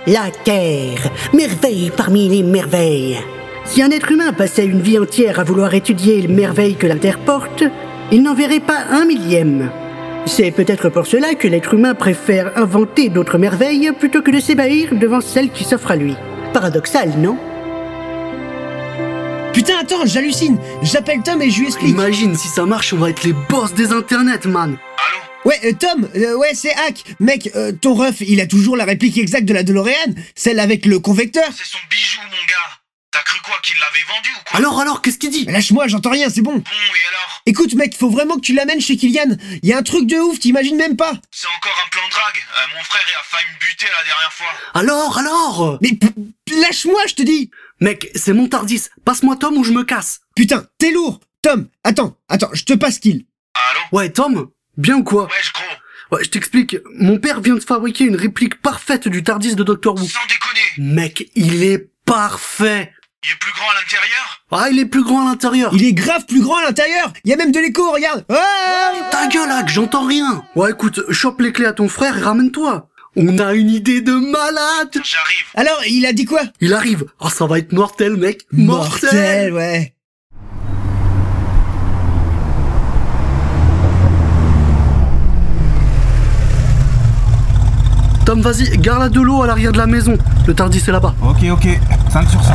La Terre, merveille parmi les merveilles. Si un être humain passait une vie entière à vouloir étudier les merveilles que la Terre porte, il n'en verrait pas un millième. C'est peut-être pour cela que l'être humain préfère inventer d'autres merveilles plutôt que de s'ébahir devant celles qui s'offrent à lui. Paradoxal, non? Putain, attends, j'hallucine. J'appelle Tom et je lui explique. Imagine, si ça marche, on va être les boss des internets, man. Allô? Ouais, Tom, ouais, c'est Hack. Mec, ton ref, il a toujours la réplique exacte de la DeLorean, celle avec le convecteur. C'est son bijou, mon gars. T'as cru quoi, qu'il l'avait vendu ou quoi? Alors, qu'est-ce qu'il dit? Lâche-moi, j'entends rien, c'est bon. Bon, et alors? Écoute, mec, faut vraiment que tu l'amènes chez Kylian. Y a un truc de ouf, t'imagines même pas. C'est encore un plan de drague. Mon frère, il a failli me buter la dernière fois. Alors Mais lâche-moi, je te dis. Mec, c'est mon Tardis. Passe-moi Tom ou je me casse. Putain, t'es lourd. Tom, attends, je te passe Kill. Allô? Ouais, Tom? Bien ou quoi? Wesh, gros. Ouais, je t'explique. Mon père vient de fabriquer une réplique parfaite du Tardis de Dr. Who. Sans déconner. Mec, il est parfait. Il est plus grand à l'intérieur? Ah, il est plus grand à l'intérieur. Il est grave plus grand à l'intérieur. Y a même de l'écho, regarde. Ta gueule, Hack, j'entends rien. Ouais, écoute, chope les clés à ton frère et ramène-toi. On a une idée de malade. J'arrive. Alors, il a dit quoi? Il arrive. Oh, ça va être mortel, mec. Ouais. Tom, vas-y, garde de l'eau à l'arrière de la maison. Le Tardis est là-bas. Ok, 5 sur 5.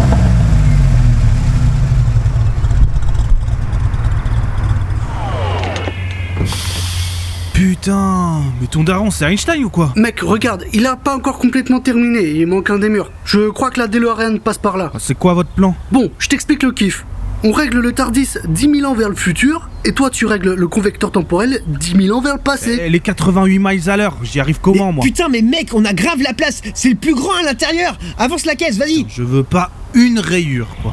Putain, mais ton daron c'est Einstein ou quoi? Mec, regarde, il a pas encore complètement terminé, il manque un des murs. Je crois que la DeLorean passe par là. C'est quoi votre plan? Bon, je t'explique le kiff. On règle le Tardis 10 000 ans vers le futur, et toi tu règles le convecteur temporel 10 000 ans vers le passé. Les 88 miles à l'heure, j'y arrive comment moi? Putain, mais mec, on a grave la place. C'est le plus grand à l'intérieur. Avance la caisse, vas-y. Je veux pas une rayure, quoi.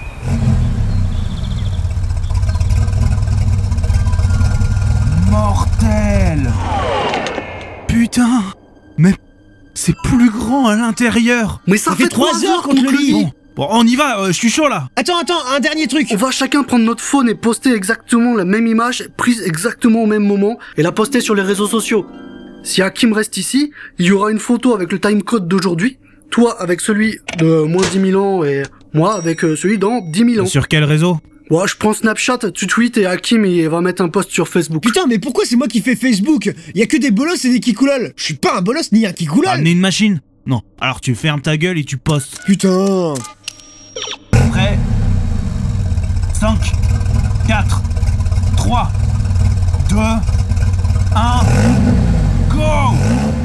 Mortel! Putain! Mais c'est plus grand à l'intérieur! Mais ça fait 3 heures qu'on te le dit. Bon, on y va, je suis chaud là! Attends, un dernier truc. On va chacun prendre notre phone et poster exactement la même image, prise exactement au même moment, et la poster sur les réseaux sociaux. Si Hakim reste ici, il y aura une photo avec le timecode d'aujourd'hui, toi avec celui de moins 10 000 ans et moi avec celui dans 10 000 ans. Sur quel réseau? Ouais, je prends Snapchat, tu tweets et Hakim il va mettre un post sur Facebook. Putain, mais pourquoi c'est moi qui fais Facebook? Y a que des bolos et des kikoulol. Je suis pas un bolos ni un kikoulol. Amener une machine? Non. Alors tu fermes ta gueule et tu postes. Putain. Prêt? 5, 4, 3, 2, 1, go!